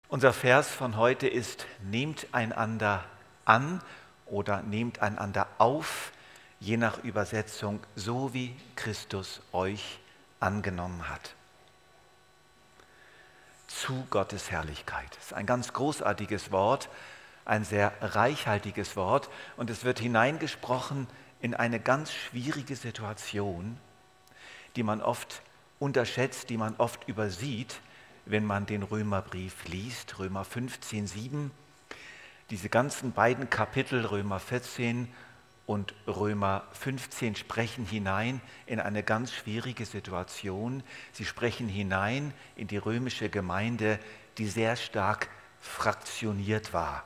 Unser Vers von heute ist: Nehmt einander an oder nehmt einander auf, je nach Übersetzung, so wie Christus euch angenommen hat. Zu Gottes Herrlichkeit. Das ist ein ganz großartiges Wort, ein sehr reichhaltiges Wort, und es wird hineingesprochen in eine ganz schwierige Situation, die man oft unterschätzt, die man oft übersieht, wenn man den Römerbrief liest, Römer 15,7. Diese ganzen beiden Kapitel, Römer 14 und Römer 15, sprechen hinein in eine ganz schwierige Situation. Sie sprechen hinein in die römische Gemeinde, die sehr stark fraktioniert war,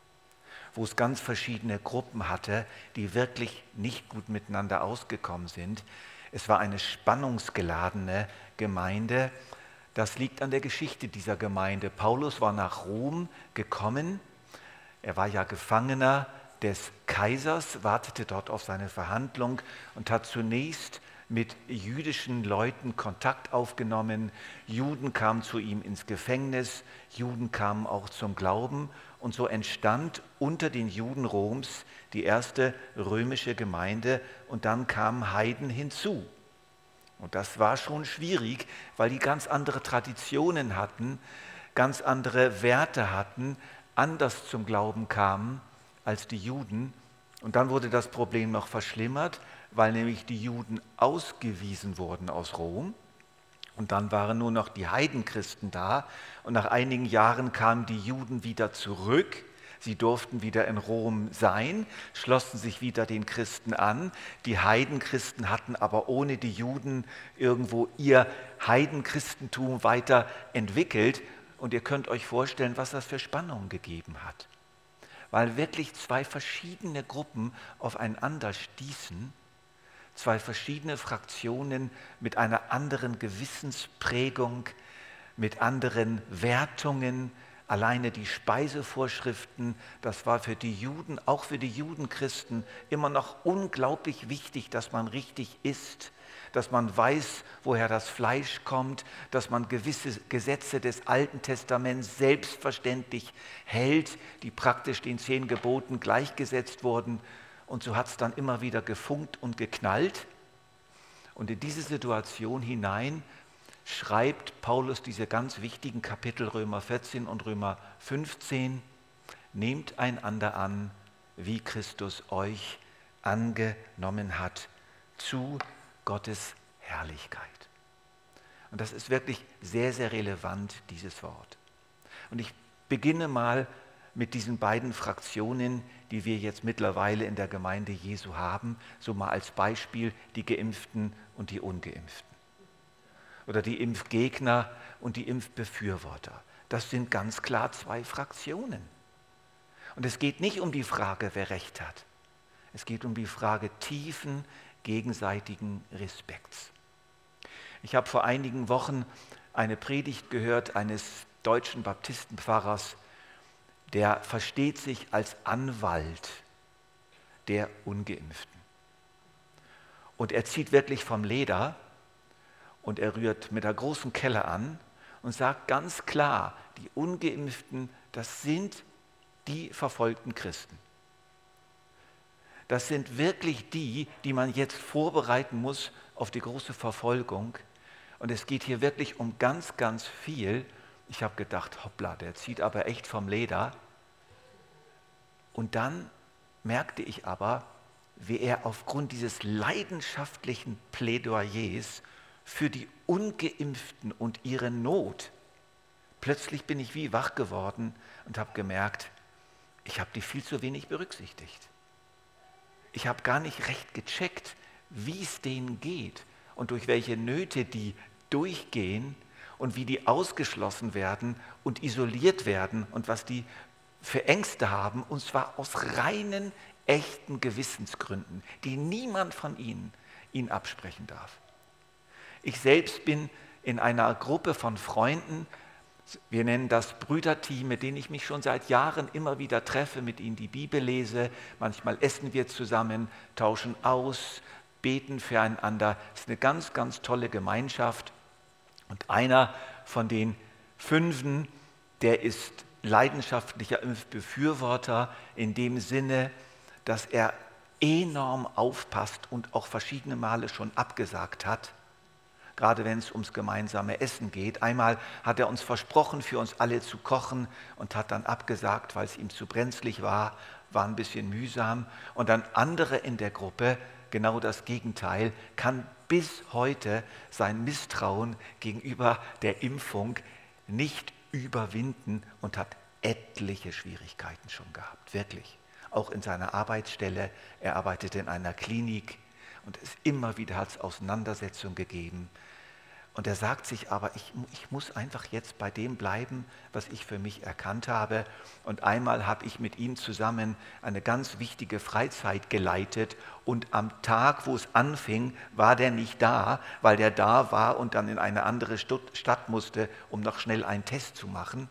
wo es ganz verschiedene Gruppen hatte, die wirklich nicht gut miteinander ausgekommen sind. Es war eine spannungsgeladene Gemeinde. Das liegt an der Geschichte dieser Gemeinde. Paulus war nach Rom gekommen. Er war ja Gefangener des Kaisers, wartete dort auf seine Verhandlung und hat zunächst mit jüdischen Leuten Kontakt aufgenommen. Juden kamen zu ihm ins Gefängnis, Juden kamen auch zum Glauben. Und so entstand unter den Juden Roms die erste römische Gemeinde, und dann kamen Heiden hinzu. Und das war schon schwierig, weil die ganz andere Traditionen hatten, ganz andere Werte hatten, anders zum Glauben kamen als die Juden. Und dann wurde das Problem noch verschlimmert, weil nämlich die Juden ausgewiesen wurden aus Rom. Und dann waren nur noch die Heidenchristen da. Und nach einigen Jahren kamen die Juden wieder zurück. Sie durften wieder in Rom sein, schlossen sich wieder den Christen an. Die Heidenchristen hatten aber ohne die Juden irgendwo ihr Heidenchristentum weiterentwickelt. Und ihr könnt euch vorstellen, was das für Spannungen gegeben hat. Weil wirklich zwei verschiedene Gruppen aufeinander stießen, zwei verschiedene Fraktionen mit einer anderen Gewissensprägung, mit anderen Wertungen. Alleine die Speisevorschriften, das war für die Juden, auch für die Judenchristen, immer noch unglaublich wichtig, dass man richtig isst, dass man weiß, woher das Fleisch kommt, dass man gewisse Gesetze des Alten Testaments selbstverständlich hält, die praktisch den 10 Geboten gleichgesetzt wurden. Und so hat es dann immer wieder gefunkt und geknallt. Und in diese Situation hinein schreibt Paulus diese ganz wichtigen Kapitel Römer 14 und Römer 15. Nehmt einander an, wie Christus euch angenommen hat, zu Gottes Herrlichkeit. Und das ist wirklich sehr, sehr relevant, dieses Wort. Und ich beginne mal mit diesen beiden Fraktionen, die wir jetzt mittlerweile in der Gemeinde Jesu haben, so mal als Beispiel die Geimpften und die Ungeimpften. Oder die Impfgegner und die Impfbefürworter. Das sind ganz klar zwei Fraktionen. Und es geht nicht um die Frage, wer Recht hat. Es geht um die Frage tiefen, gegenseitigen Respekts. Ich habe vor einigen Wochen eine Predigt gehört eines deutschen Baptistenpfarrers, der versteht sich als Anwalt der Ungeimpften. Und er zieht wirklich vom Leder. Und er rührt mit der großen Kelle an und sagt ganz klar, die Ungeimpften, das sind die verfolgten Christen. Das sind wirklich die, die man jetzt vorbereiten muss auf die große Verfolgung. Und es geht hier wirklich um ganz, ganz viel. Ich habe gedacht, hoppla, der zieht aber echt vom Leder. Und dann merkte ich aber, wie er aufgrund dieses leidenschaftlichen Plädoyers für die Ungeimpften und ihre Not. Plötzlich bin ich wie wach geworden und habe gemerkt, ich habe die viel zu wenig berücksichtigt. Ich habe gar nicht recht gecheckt, wie es denen geht und durch welche Nöte die durchgehen und wie die ausgeschlossen werden und isoliert werden und was die für Ängste haben, und zwar aus reinen, echten Gewissensgründen, die niemand von ihnen absprechen darf. Ich selbst bin in einer Gruppe von Freunden, wir nennen das Brüderteam, mit denen ich mich schon seit Jahren immer wieder treffe, mit ihnen die Bibel lese. Manchmal essen wir zusammen, tauschen aus, beten füreinander. Es ist eine ganz, ganz tolle Gemeinschaft. Und einer von den 5, der ist leidenschaftlicher Befürworter in dem Sinne, dass er enorm aufpasst und auch verschiedene Male schon abgesagt hat, gerade wenn es ums gemeinsame Essen geht. Einmal hat er uns versprochen, für uns alle zu kochen und hat dann abgesagt, weil es ihm zu brenzlig war ein bisschen mühsam. Und dann andere in der Gruppe, genau das Gegenteil, kann bis heute sein Misstrauen gegenüber der Impfung nicht überwinden und hat etliche Schwierigkeiten schon gehabt, wirklich. Auch in seiner Arbeitsstelle, er arbeitet in einer Klinik und immer wieder hat es Auseinandersetzungen gegeben. Und er sagt sich aber, ich muss einfach jetzt bei dem bleiben, was ich für mich erkannt habe. Und einmal habe ich mit ihm zusammen eine ganz wichtige Freizeit geleitet und am Tag, wo es anfing, war der nicht da, weil der da war und dann in eine andere Stadt musste, um noch schnell einen Test zu machen.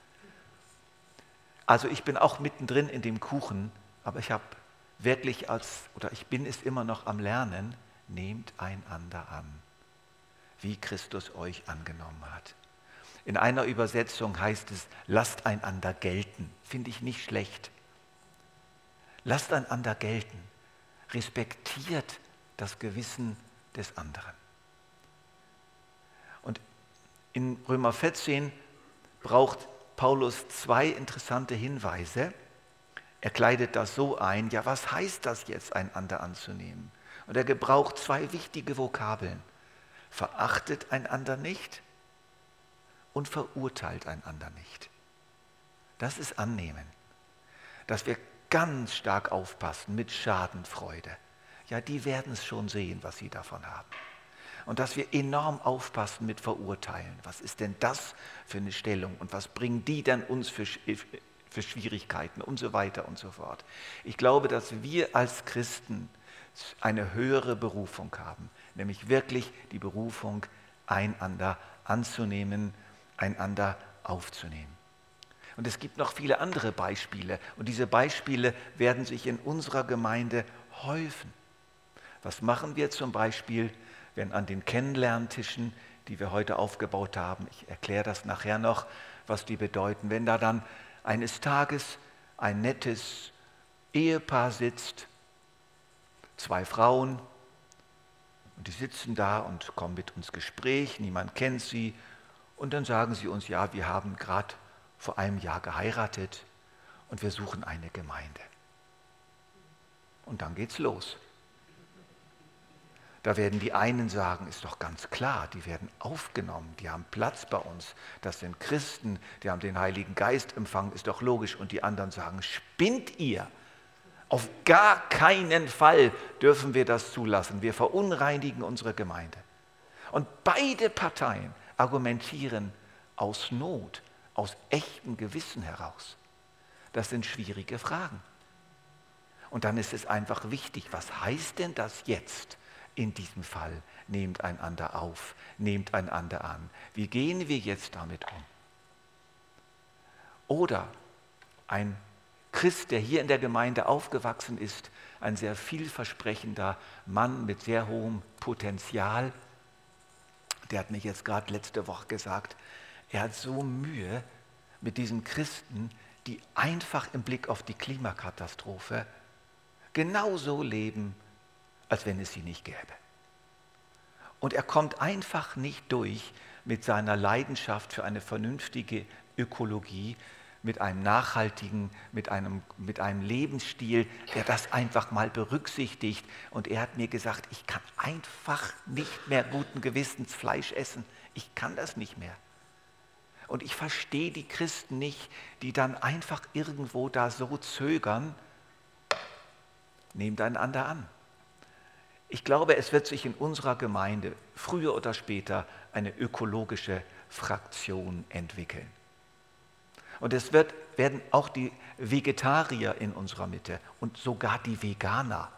Also ich bin auch mittendrin in dem Kuchen, aber ich habe wirklich ich bin es immer noch am Lernen, nehmt einander an, wie Christus euch angenommen hat. In einer Übersetzung heißt es, lasst einander gelten. Finde ich nicht schlecht. Lasst einander gelten. Respektiert das Gewissen des anderen. Und in Römer 14 braucht Paulus zwei interessante Hinweise. Er kleidet das so ein, ja, was heißt das jetzt, einander anzunehmen? Und er gebraucht zwei wichtige Vokabeln. Verachtet einander nicht und verurteilt einander nicht. Das ist Annehmen. Dass wir ganz stark aufpassen mit Schadenfreude. Ja, die werden es schon sehen, was sie davon haben. Und dass wir enorm aufpassen mit Verurteilen. Was ist denn das für eine Stellung und was bringen die denn uns für Schwierigkeiten und so weiter und so fort. Ich glaube, dass wir als Christen eine höhere Berufung haben, nämlich wirklich die Berufung, einander anzunehmen, einander aufzunehmen. Und es gibt noch viele andere Beispiele und diese Beispiele werden sich in unserer Gemeinde häufen. Was machen wir zum Beispiel, wenn an den Kennenlerntischen, die wir heute aufgebaut haben, ich erkläre das nachher noch, was die bedeuten, wenn da dann eines Tages ein nettes Ehepaar sitzt, zwei Frauen, und die sitzen da und kommen mit uns Gespräch, niemand kennt sie, und dann sagen sie uns, ja, wir haben gerade vor einem Jahr geheiratet und wir suchen eine Gemeinde. Und dann geht's los. Da werden die einen sagen, ist doch ganz klar, die werden aufgenommen, die haben Platz bei uns. Das sind Christen, die haben den Heiligen Geist empfangen, ist doch logisch. Und die anderen sagen, spinnt ihr? Auf gar keinen Fall dürfen wir das zulassen. Wir verunreinigen unsere Gemeinde. Und beide Parteien argumentieren aus Not, aus echtem Gewissen heraus. Das sind schwierige Fragen. Und dann ist es einfach wichtig, was heißt denn das jetzt? In diesem Fall, nehmt einander auf, nehmt einander an. Wie gehen wir jetzt damit um? Oder ein Christ, der hier in der Gemeinde aufgewachsen ist, ein sehr vielversprechender Mann mit sehr hohem Potenzial, der hat mich jetzt gerade letzte Woche gesagt, er hat so Mühe mit diesen Christen, die einfach im Blick auf die Klimakatastrophe genauso leben, als wenn es sie nicht gäbe. Und er kommt einfach nicht durch mit seiner Leidenschaft für eine vernünftige Ökologie, mit einem nachhaltigen, mit einem Lebensstil, der das einfach mal berücksichtigt. Und er hat mir gesagt, ich kann einfach nicht mehr guten Gewissens Fleisch essen. Ich kann das nicht mehr. Und ich verstehe die Christen nicht, die dann einfach irgendwo da so zögern. Nehmt einander an. Ich glaube, es wird sich in unserer Gemeinde früher oder später eine ökologische Fraktion entwickeln. Und es werden auch die Vegetarier in unserer Mitte und sogar die Veganer,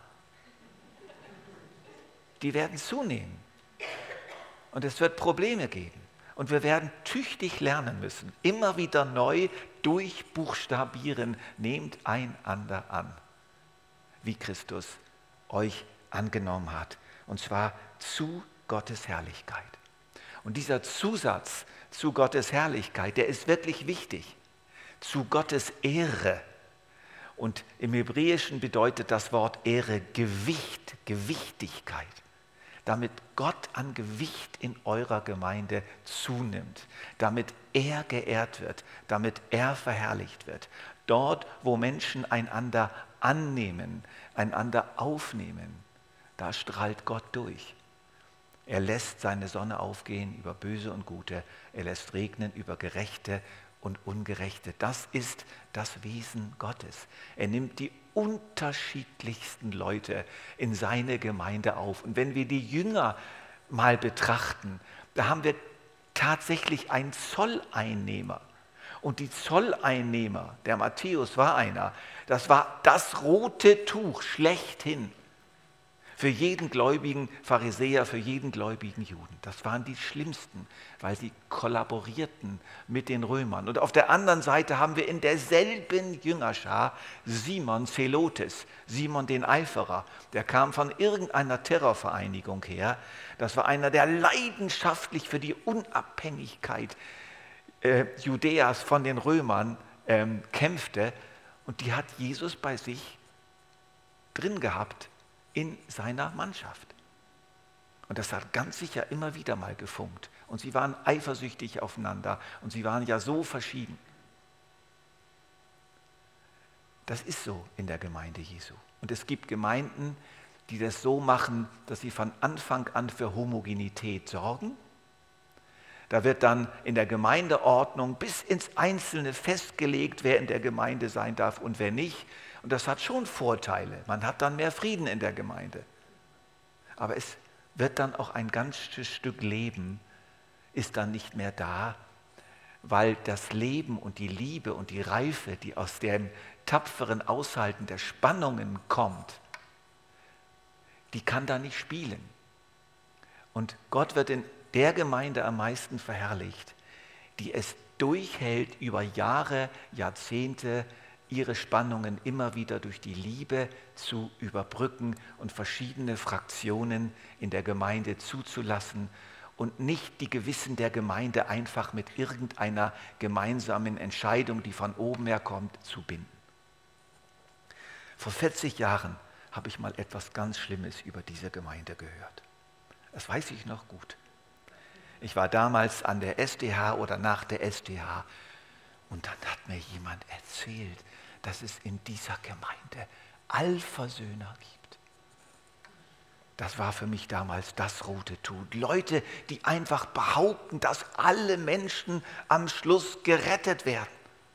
die werden zunehmen. Und es wird Probleme geben. Und wir werden tüchtig lernen müssen, immer wieder neu durchbuchstabieren, nehmt einander an, wie Christus euch angenommen hat. Und zwar zu Gottes Herrlichkeit. Und dieser Zusatz, zu Gottes Herrlichkeit, der ist wirklich wichtig, zu Gottes Ehre. Und im Hebräischen bedeutet das Wort Ehre Gewicht, Gewichtigkeit, damit Gott an Gewicht in eurer Gemeinde zunimmt, damit er geehrt wird, damit er verherrlicht wird. Dort, wo Menschen einander annehmen, einander aufnehmen, da strahlt Gott durch. Er lässt seine Sonne aufgehen über Böse und Gute, er lässt regnen über Gerechte und Ungerechte. Das ist das Wesen Gottes. Er nimmt die unterschiedlichsten Leute in seine Gemeinde auf. Und wenn wir die Jünger mal betrachten, da haben wir tatsächlich einen Zolleinnehmer. Und die Zolleinnehmer, der Matthäus war einer, das war das rote Tuch schlechthin. Für jeden gläubigen Pharisäer, für jeden gläubigen Juden. Das waren die Schlimmsten, weil sie kollaborierten mit den Römern. Und auf der anderen Seite haben wir in derselben Jüngerschar Simon Zelotes, Simon den Eiferer. Der kam von irgendeiner Terrorvereinigung her. Das war einer, der leidenschaftlich für die Unabhängigkeit Judäas von den Römern kämpfte. Und die hat Jesus bei sich drin gehabt in seiner Mannschaft. Und das hat ganz sicher immer wieder mal gefunkt. Und sie waren eifersüchtig aufeinander und sie waren ja so verschieden. Das ist so in der Gemeinde Jesu. Und es gibt Gemeinden, die das so machen, dass sie von Anfang an für Homogenität sorgen. Da wird dann in der Gemeindeordnung bis ins Einzelne festgelegt, wer in der Gemeinde sein darf und wer nicht. Und das hat schon Vorteile. Man hat dann mehr Frieden in der Gemeinde. Aber es wird dann auch ein ganzes Stück Leben ist dann nicht mehr da, weil das Leben und die Liebe und die Reife, die aus dem tapferen Aushalten der Spannungen kommt, die kann da nicht spielen. Und Gott wird in der Gemeinde am meisten verherrlicht, die es durchhält über Jahre, Jahrzehnte, ihre Spannungen immer wieder durch die Liebe zu überbrücken und verschiedene Fraktionen in der Gemeinde zuzulassen und nicht die Gewissen der Gemeinde einfach mit irgendeiner gemeinsamen Entscheidung, die von oben her kommt, zu binden. Vor 40 Jahren habe ich mal etwas ganz Schlimmes über diese Gemeinde gehört. Das weiß ich noch gut. Ich war damals an der SDH oder nach der SDH und dann hat mir jemand erzählt, dass es in dieser Gemeinde Allversöhner gibt. Das war für mich damals das rote Tuch. Leute, die einfach behaupten, dass alle Menschen am Schluss gerettet werden.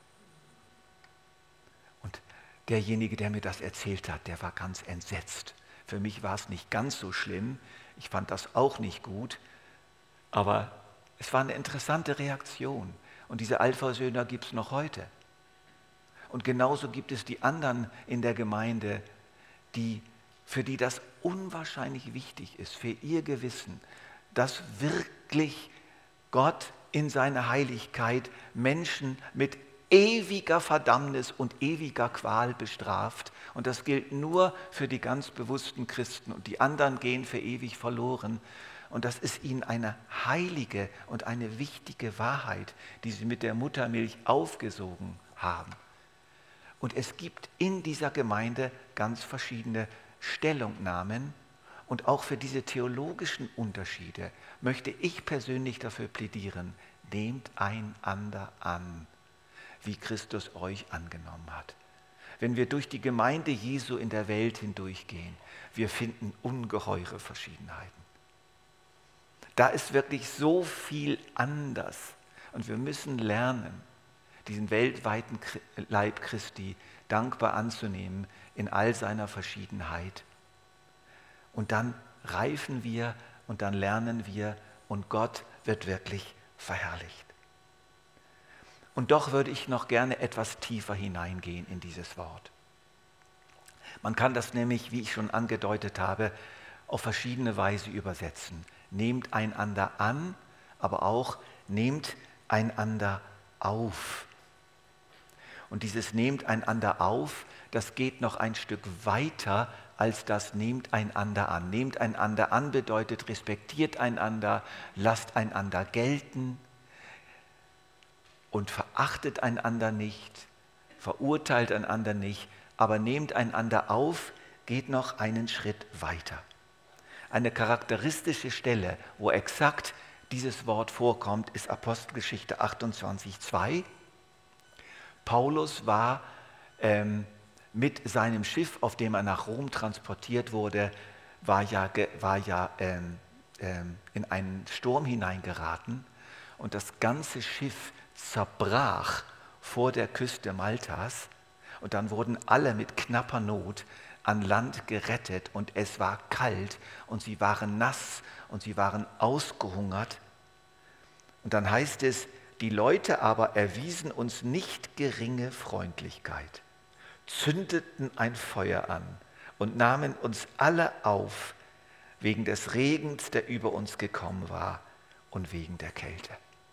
Und derjenige, der mir das erzählt hat, der war ganz entsetzt. Für mich war es nicht ganz so schlimm. Ich fand das auch nicht gut. Aber es war eine interessante Reaktion. Und diese Allversöhner gibt es noch heute. Und genauso gibt es die anderen in der Gemeinde, für die das unwahrscheinlich wichtig ist, für ihr Gewissen, dass wirklich Gott in seiner Heiligkeit Menschen mit ewiger Verdammnis und ewiger Qual bestraft. Und das gilt nur für die ganz bewussten Christen. Und die anderen gehen für ewig verloren. Und das ist ihnen eine heilige und eine wichtige Wahrheit, die sie mit der Muttermilch aufgesogen haben. Und es gibt in dieser Gemeinde ganz verschiedene Stellungnahmen. Und auch für diese theologischen Unterschiede möchte ich persönlich dafür plädieren, nehmt einander an, wie Christus euch angenommen hat. Wenn wir durch die Gemeinde Jesu in der Welt hindurchgehen, wir finden ungeheure Verschiedenheiten. Da ist wirklich so viel anders. Und wir müssen lernen, diesen weltweiten Leib Christi dankbar anzunehmen in all seiner Verschiedenheit. Und dann reifen wir und dann lernen wir und Gott wird wirklich verherrlicht. Und doch würde ich noch gerne etwas tiefer hineingehen in dieses Wort. Man kann das nämlich, wie ich schon angedeutet habe, auf verschiedene Weise übersetzen. Nehmt einander an, aber auch nehmt einander auf. Und dieses nehmt einander auf, das geht noch ein Stück weiter als das nehmt einander an. Nehmt einander an bedeutet respektiert einander, lasst einander gelten, und verachtet einander nicht, verurteilt einander nicht, aber nehmt einander auf, geht noch einen Schritt weiter. Eine charakteristische Stelle, wo exakt dieses Wort vorkommt, ist Apostelgeschichte 28,2. Paulus war mit seinem Schiff, auf dem er nach Rom transportiert wurde, war ja in einen Sturm hineingeraten und das ganze Schiff zerbrach vor der Küste Maltas und dann wurden alle mit knapper Not an Land gerettet und es war kalt und sie waren nass und sie waren ausgehungert. Und dann heißt es, die Leute aber erwiesen uns nicht geringe Freundlichkeit, zündeten ein Feuer an und nahmen uns alle auf, wegen des Regens, der über uns gekommen war und wegen der Kälte.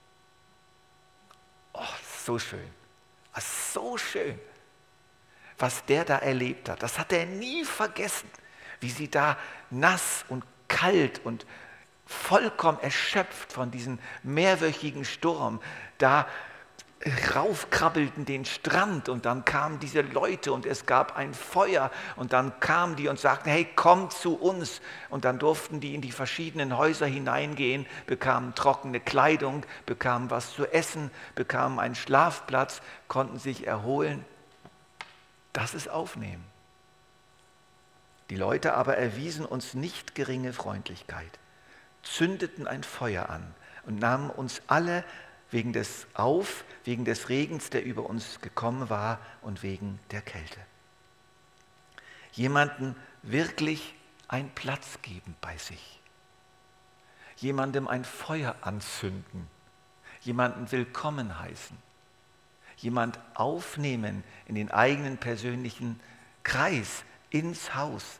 Oh, so schön, so schön, was der da erlebt hat. Das hat er nie vergessen, wie sie da nass und kalt und vollkommen erschöpft von diesem mehrwöchigen Sturm da raufkrabbelten den Strand und dann kamen diese Leute und es gab ein Feuer und dann kamen die und sagten, hey, komm zu uns. Und dann durften die in die verschiedenen Häuser hineingehen, bekamen trockene Kleidung, bekamen was zu essen, bekamen einen Schlafplatz, konnten sich erholen. Das ist Aufnehmen. Die Leute aber erwiesen uns nicht geringe Freundlichkeit, zündeten ein Feuer an und nahmen uns alle wegen des Regens, der über uns gekommen war und wegen der Kälte. Jemandem wirklich einen Platz geben bei sich. Jemandem ein Feuer anzünden. Jemanden willkommen heißen. Jemand aufnehmen in den eigenen persönlichen Kreis, ins Haus.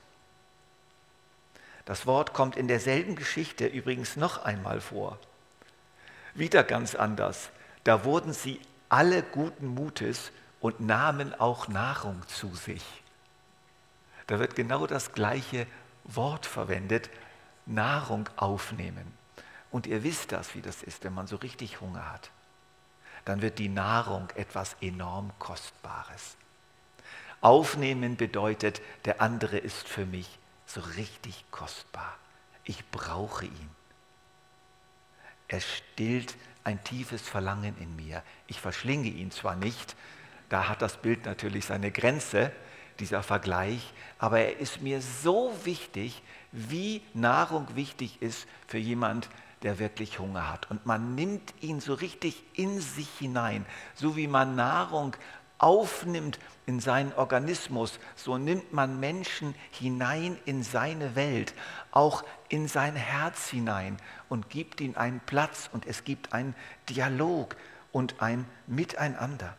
Das Wort kommt in derselben Geschichte übrigens noch einmal vor. Wieder ganz anders. Da wurden sie alle guten Mutes und nahmen auch Nahrung zu sich. Da wird genau das gleiche Wort verwendet, Nahrung aufnehmen. Und ihr wisst das, wie das ist, wenn man so richtig Hunger hat. Dann wird die Nahrung etwas enorm Kostbares. Aufnehmen bedeutet, der andere ist für mich so richtig kostbar. Ich brauche ihn. Er stillt ein tiefes Verlangen in mir. Ich verschlinge ihn zwar nicht, da hat das Bild natürlich seine Grenze, dieser Vergleich, aber er ist mir so wichtig, wie Nahrung wichtig ist für jemand, der wirklich Hunger hat. Und man nimmt ihn so richtig in sich hinein, so wie man Nahrung aufnimmt in seinen Organismus, so nimmt man Menschen hinein in seine Welt, auch in sein Herz hinein und gibt ihnen einen Platz und es gibt einen Dialog und ein Miteinander.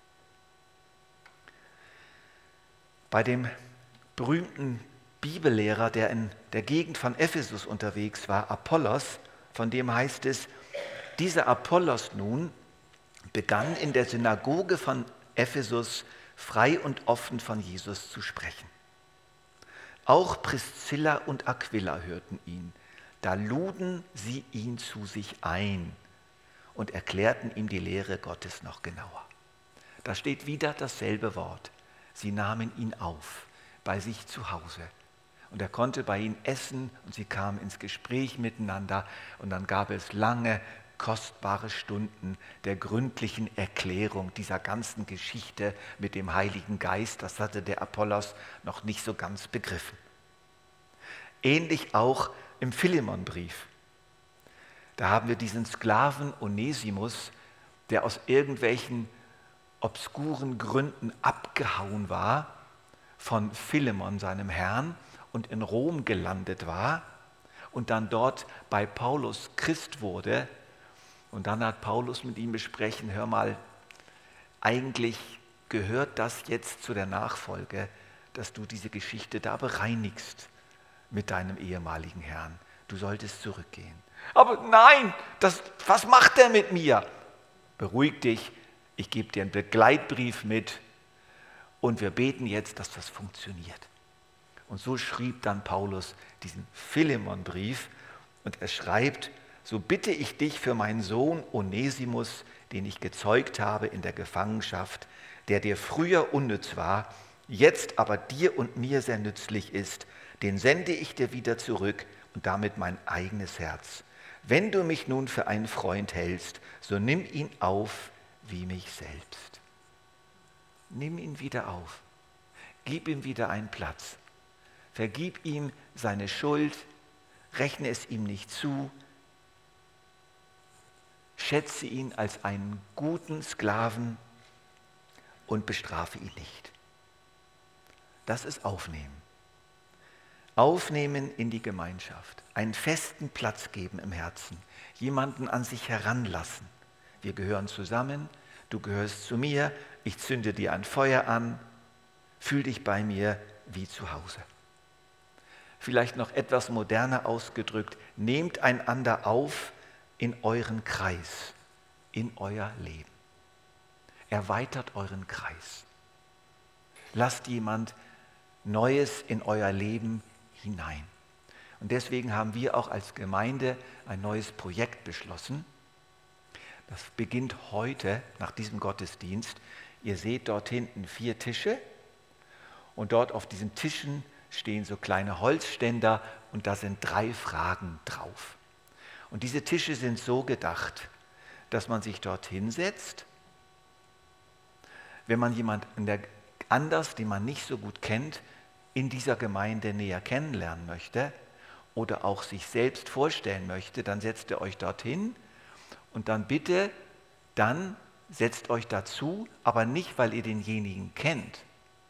Bei dem berühmten Bibellehrer, der in der Gegend von Ephesus unterwegs war, Apollos, von dem heißt es, dieser Apollos nun begann in der Synagoge von Ephesus frei und offen von Jesus zu sprechen. Auch Priscilla und Aquila hörten ihn. Da luden sie ihn zu sich ein und erklärten ihm die Lehre Gottes noch genauer. Da steht wieder dasselbe Wort. Sie nahmen ihn auf, bei sich zu Hause. Und er konnte bei ihnen essen und sie kamen ins Gespräch miteinander. Und dann gab es lange, kostbare Stunden der gründlichen Erklärung dieser ganzen Geschichte mit dem Heiligen Geist. Das hatte der Apollos noch nicht so ganz begriffen. Ähnlich auch im Philemonbrief. Da haben wir diesen Sklaven Onesimus, der aus irgendwelchen obskuren Gründen abgehauen war von Philemon, seinem Herrn, und in Rom gelandet war und dann dort bei Paulus Christ wurde. Und dann hat Paulus mit ihm besprochen, hör mal, eigentlich gehört das jetzt zu der Nachfolge, dass du diese Geschichte da bereinigst mit deinem ehemaligen Herrn. Du solltest zurückgehen. Aber nein, was macht er mit mir? Beruhig dich, ich gebe dir einen Begleitbrief mit und wir beten jetzt, dass das funktioniert. Und so schrieb dann Paulus diesen Philemonbrief und er schreibt, so bitte ich dich für meinen Sohn Onesimus den ich gezeugt habe in der Gefangenschaft, der dir früher unnütz war, jetzt aber dir und mir sehr nützlich ist, den sende ich dir wieder zurück und damit mein eigenes Herz. Wenn du mich nun für einen Freund hältst, so nimm ihn auf wie mich selbst. Nimm ihn wieder auf. Gib ihm wieder einen Platz. Vergib ihm seine Schuld. Rechne es ihm nicht zu. Schätze ihn als einen guten Sklaven und bestrafe ihn nicht. Das ist Aufnehmen. Aufnehmen in die Gemeinschaft. Einen festen Platz geben im Herzen. Jemanden an sich heranlassen. Wir gehören zusammen. Du gehörst zu mir. Ich zünde dir ein Feuer an. Fühl dich bei mir wie zu Hause. Vielleicht noch etwas moderner ausgedrückt. Nehmt einander auf in euren Kreis, in euer Leben. Erweitert euren Kreis. Lasst jemand Neues in euer Leben hinein. Und deswegen haben wir auch als Gemeinde ein neues Projekt beschlossen. Das beginnt heute nach diesem Gottesdienst. Ihr seht dort hinten 4 Tische und dort auf diesen Tischen stehen so kleine Holzständer und da sind 3 Fragen drauf. Und diese Tische sind so gedacht, dass man sich dort hinsetzt, wenn man jemanden anders, den man nicht so gut kennt, in dieser Gemeinde näher kennenlernen möchte oder auch sich selbst vorstellen möchte, dann setzt ihr euch dorthin und dann setzt euch dazu, aber nicht, weil ihr denjenigen kennt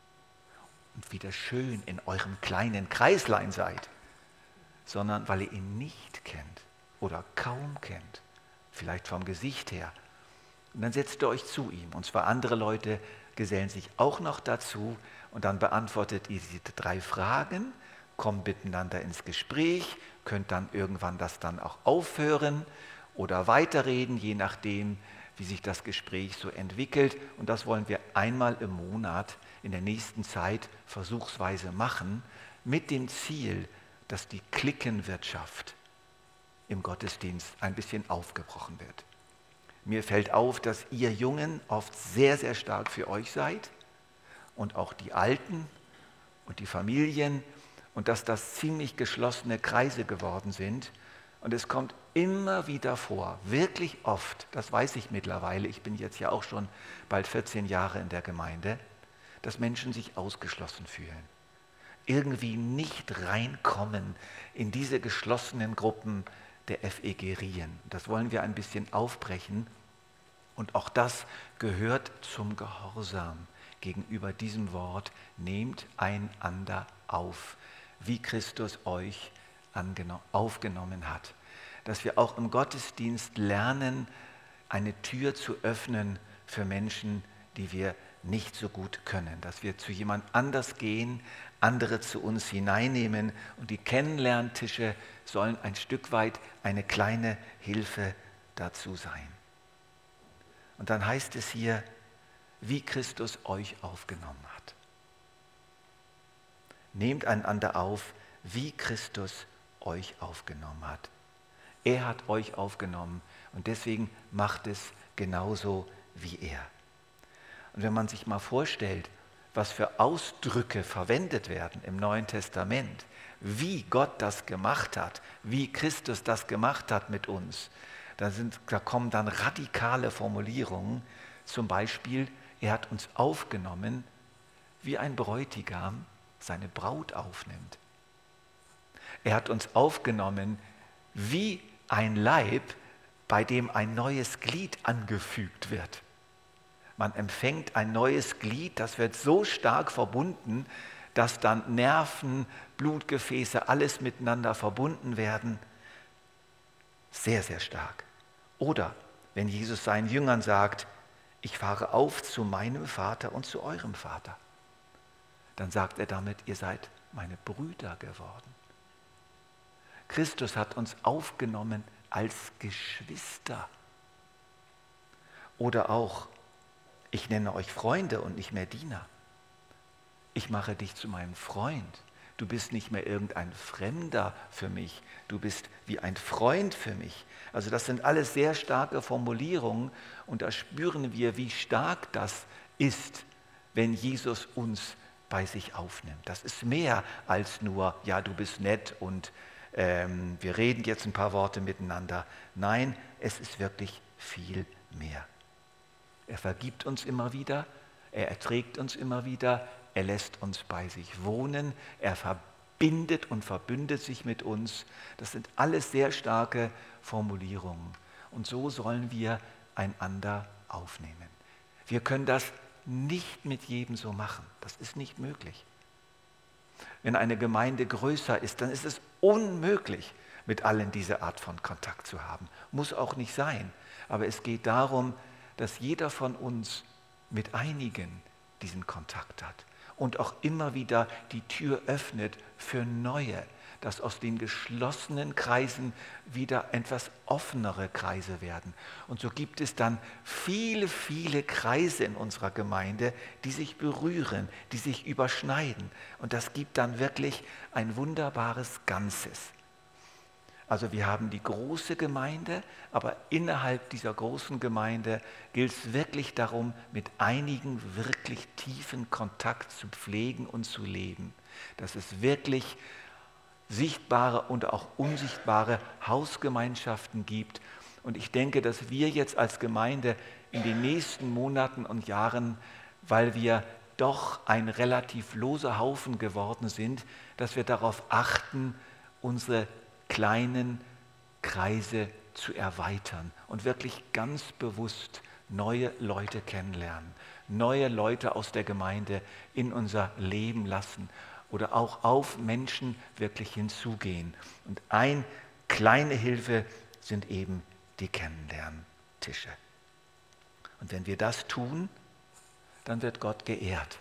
und wieder schön in eurem kleinen Kreislein seid, sondern weil ihr ihn nicht kennt oder kaum kennt, vielleicht vom Gesicht her. Und dann setzt ihr euch zu ihm und zwar andere Leute gesellen sich auch noch dazu und dann beantwortet ihr diese 3 Fragen, kommt miteinander ins Gespräch, könnt dann irgendwann das dann auch aufhören oder weiterreden, je nachdem, wie sich das Gespräch so entwickelt. Und das wollen wir einmal im Monat in der nächsten Zeit versuchsweise machen, mit dem Ziel, dass die Cliquenwirtschaft im Gottesdienst ein bisschen aufgebrochen wird. Mir fällt auf, dass ihr Jungen oft sehr, sehr stark für euch seid und auch die Alten und die Familien und dass das ziemlich geschlossene Kreise geworden sind. Und es kommt immer wieder vor, wirklich oft, das weiß ich mittlerweile, ich bin jetzt ja auch schon bald 14 Jahre in der Gemeinde, dass Menschen sich ausgeschlossen fühlen, irgendwie nicht reinkommen in diese geschlossenen Gruppen der FEG-Rien. Das wollen wir ein bisschen aufbrechen und auch das gehört zum Gehorsam gegenüber diesem Wort, nehmt einander auf, wie Christus euch aufgenommen hat. Dass wir auch im Gottesdienst lernen, eine Tür zu öffnen für Menschen, die wir nicht so gut können. Dass wir zu jemand anders gehen, andere zu uns hineinnehmen und die Kennenlerntische sollen ein Stück weit eine kleine Hilfe dazu sein. Und dann heißt es hier, wie Christus euch aufgenommen hat. Nehmt einander auf, wie Christus euch aufgenommen hat. Er hat euch aufgenommen und deswegen macht es genauso wie er. Und wenn man sich mal vorstellt, was für Ausdrücke verwendet werden im Neuen Testament, wie Gott das gemacht hat, wie Christus das gemacht hat mit uns, da kommen dann radikale Formulierungen, zum Beispiel, er hat uns aufgenommen, wie ein Bräutigam seine Braut aufnimmt. Er hat uns aufgenommen, wie ein Leib, bei dem ein neues Glied angefügt wird. Man empfängt ein neues Glied, das wird so stark verbunden, dass dann Nerven, Blutgefäße, alles miteinander verbunden werden. Sehr, sehr stark. Oder wenn Jesus seinen Jüngern sagt, ich fahre auf zu meinem Vater und zu eurem Vater, dann sagt er damit, ihr seid meine Brüder geworden. Christus hat uns aufgenommen als Geschwister. Oder auch, ich nenne euch Freunde und nicht mehr Diener. Ich mache dich zu meinem Freund. Du bist nicht mehr irgendein Fremder für mich, du bist wie ein Freund für mich. Also das sind alles sehr starke Formulierungen und da spüren wir, wie stark das ist, wenn Jesus uns bei sich aufnimmt. Das ist mehr als nur, ja, du bist nett und wir reden jetzt ein paar Worte miteinander. Nein, es ist wirklich viel mehr. Er vergibt uns immer wieder, er erträgt uns immer wieder, er lässt uns bei sich wohnen, er verbindet und verbündet sich mit uns. Das sind alles sehr starke Formulierungen. Und so sollen wir einander aufnehmen. Wir können das nicht mit jedem so machen. Das ist nicht möglich. Wenn eine Gemeinde größer ist, dann ist es unmöglich, mit allen diese Art von Kontakt zu haben. Muss auch nicht sein. Aber es geht darum, dass jeder von uns mit einigen diesen Kontakt hat und auch immer wieder die Tür öffnet für neue, dass aus den geschlossenen Kreisen wieder etwas offenere Kreise werden. Und so gibt es dann viele, viele Kreise in unserer Gemeinde, die sich berühren, die sich überschneiden. Und das gibt dann wirklich ein wunderbares Ganzes. Also wir haben die große Gemeinde, aber innerhalb dieser großen Gemeinde gilt es wirklich darum, mit einigen wirklich tiefen Kontakt zu pflegen und zu leben. Dass es wirklich sichtbare und auch unsichtbare Hausgemeinschaften gibt. Und ich denke, dass wir jetzt als Gemeinde in den nächsten Monaten und Jahren, weil wir doch ein relativ loser Haufen geworden sind, dass wir darauf achten, unsere kleinen Kreise zu erweitern und wirklich ganz bewusst neue Leute kennenlernen, neue Leute aus der Gemeinde in unser Leben lassen oder auch auf Menschen wirklich hinzugehen. Und eine kleine Hilfe sind eben die Kennenlerntische. Und wenn wir das tun, dann wird Gott geehrt.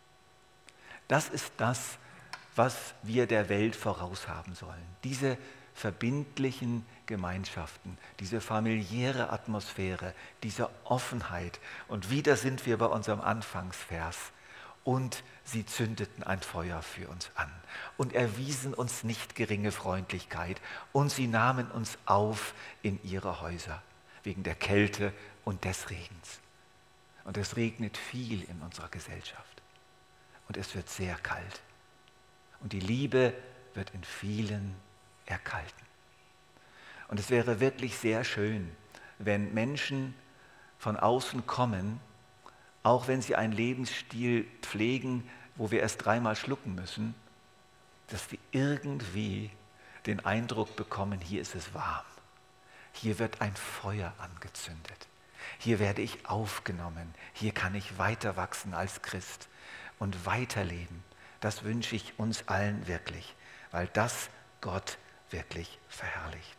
Das ist das, was wir der Welt voraus haben sollen. Diese verbindlichen Gemeinschaften, diese familiäre Atmosphäre, diese Offenheit. Und wieder sind wir bei unserem Anfangsvers. Und sie zündeten ein Feuer für uns an und erwiesen uns nicht geringe Freundlichkeit. Und sie nahmen uns auf in ihre Häuser, wegen der Kälte und des Regens. Und es regnet viel in unserer Gesellschaft. Und es wird sehr kalt. Und die Liebe wird in vielen erkalten. Und es wäre wirklich sehr schön, wenn Menschen von außen kommen, auch wenn sie einen Lebensstil pflegen, wo wir erst 3-mal schlucken müssen, dass wir irgendwie den Eindruck bekommen, hier ist es warm. Hier wird ein Feuer angezündet. Hier werde ich aufgenommen. Hier kann ich weiter wachsen als Christ und weiterleben. Das wünsche ich uns allen wirklich, weil das Gott wirklich verherrlicht.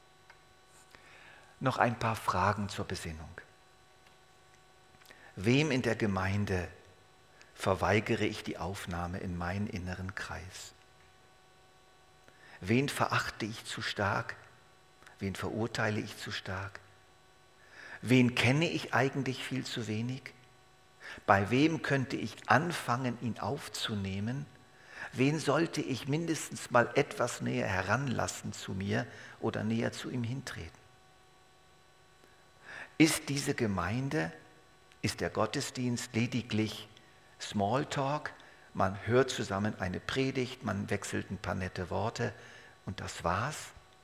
Noch ein paar Fragen zur Besinnung. Wem in der Gemeinde verweigere ich die Aufnahme in meinen inneren Kreis? Wen verachte ich zu stark? Wen verurteile ich zu stark? Wen kenne ich eigentlich viel zu wenig? Bei wem könnte ich anfangen, ihn aufzunehmen? Wen sollte ich mindestens mal etwas näher heranlassen zu mir oder näher zu ihm hintreten? Ist diese Gemeinde, ist der Gottesdienst lediglich Smalltalk? Man hört zusammen eine Predigt, man wechselt ein paar nette Worte und das war's?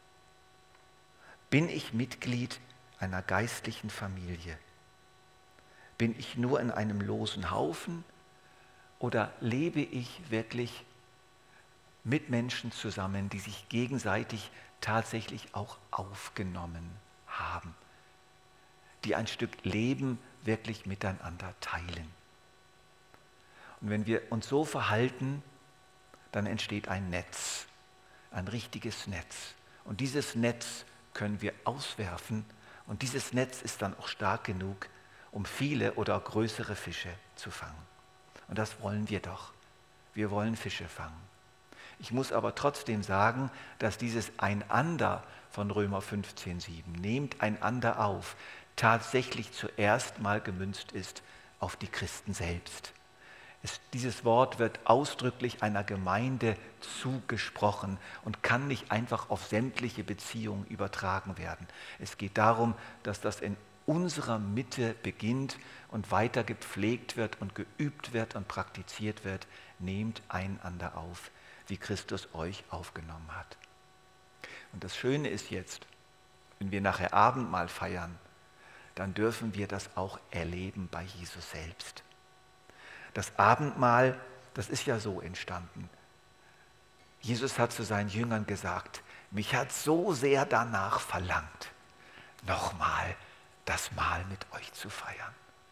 Bin ich Mitglied einer geistlichen Familie? Bin ich nur in einem losen Haufen oder lebe ich wirklich mit Menschen zusammen, die sich gegenseitig tatsächlich auch aufgenommen haben, die ein Stück Leben wirklich miteinander teilen? Und wenn wir uns so verhalten, dann entsteht ein Netz, ein richtiges Netz. Und dieses Netz können wir auswerfen und dieses Netz ist dann auch stark genug, um viele oder größere Fische zu fangen. Und das wollen wir doch. Wir wollen Fische fangen. Ich muss aber trotzdem sagen, dass dieses Einander von Römer 15,7, nehmt einander auf, tatsächlich zuerst mal gemünzt ist auf die Christen selbst. Dieses Wort wird ausdrücklich einer Gemeinde zugesprochen und kann nicht einfach auf sämtliche Beziehungen übertragen werden. Es geht darum, dass das in unserer Mitte beginnt und weiter gepflegt wird und geübt wird und praktiziert wird. Nehmt einander auf, wie Christus euch aufgenommen hat. Und das Schöne ist jetzt, wenn wir nachher Abendmahl feiern, dann dürfen wir das auch erleben bei Jesus selbst. Das Abendmahl, das ist ja so entstanden. Jesus hat zu seinen Jüngern gesagt, mich hat so sehr danach verlangt, nochmal das Mahl mit euch zu feiern.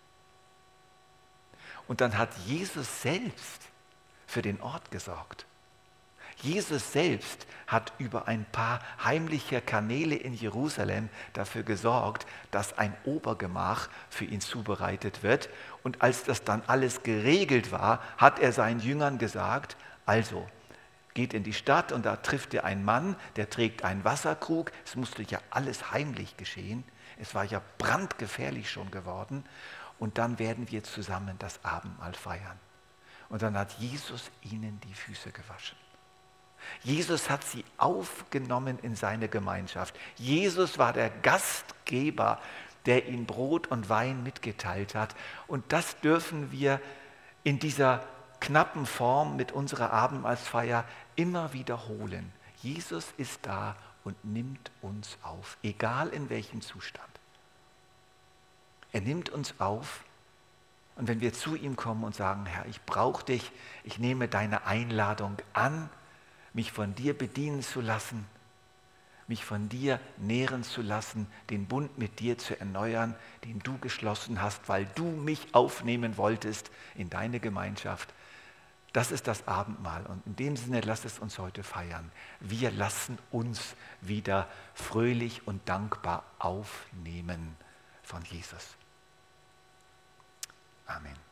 Und dann hat Jesus selbst für den Ort gesorgt. Jesus selbst hat über ein paar heimliche Kanäle in Jerusalem dafür gesorgt, dass ein Obergemach für ihn zubereitet wird. Und als das dann alles geregelt war, hat er seinen Jüngern gesagt, also geht in die Stadt und da trifft ihr einen Mann, der trägt einen Wasserkrug. Es musste ja alles heimlich geschehen. Es war ja brandgefährlich schon geworden. Und dann werden wir zusammen das Abendmahl feiern. Und dann hat Jesus ihnen die Füße gewaschen. Jesus hat sie aufgenommen in seine Gemeinschaft. Jesus war der Gastgeber, der ihnen Brot und Wein mitgeteilt hat. Und das dürfen wir in dieser knappen Form mit unserer Abendmahlsfeier immer wiederholen. Jesus ist da und nimmt uns auf, egal in welchem Zustand. Er nimmt uns auf und wenn wir zu ihm kommen und sagen, Herr, ich brauche dich, ich nehme deine Einladung an, mich von dir bedienen zu lassen, mich von dir nähren zu lassen, den Bund mit dir zu erneuern, den du geschlossen hast, weil du mich aufnehmen wolltest in deine Gemeinschaft. Das ist das Abendmahl und in dem Sinne lass es uns heute feiern. Wir lassen uns wieder fröhlich und dankbar aufnehmen von Jesus. Amen.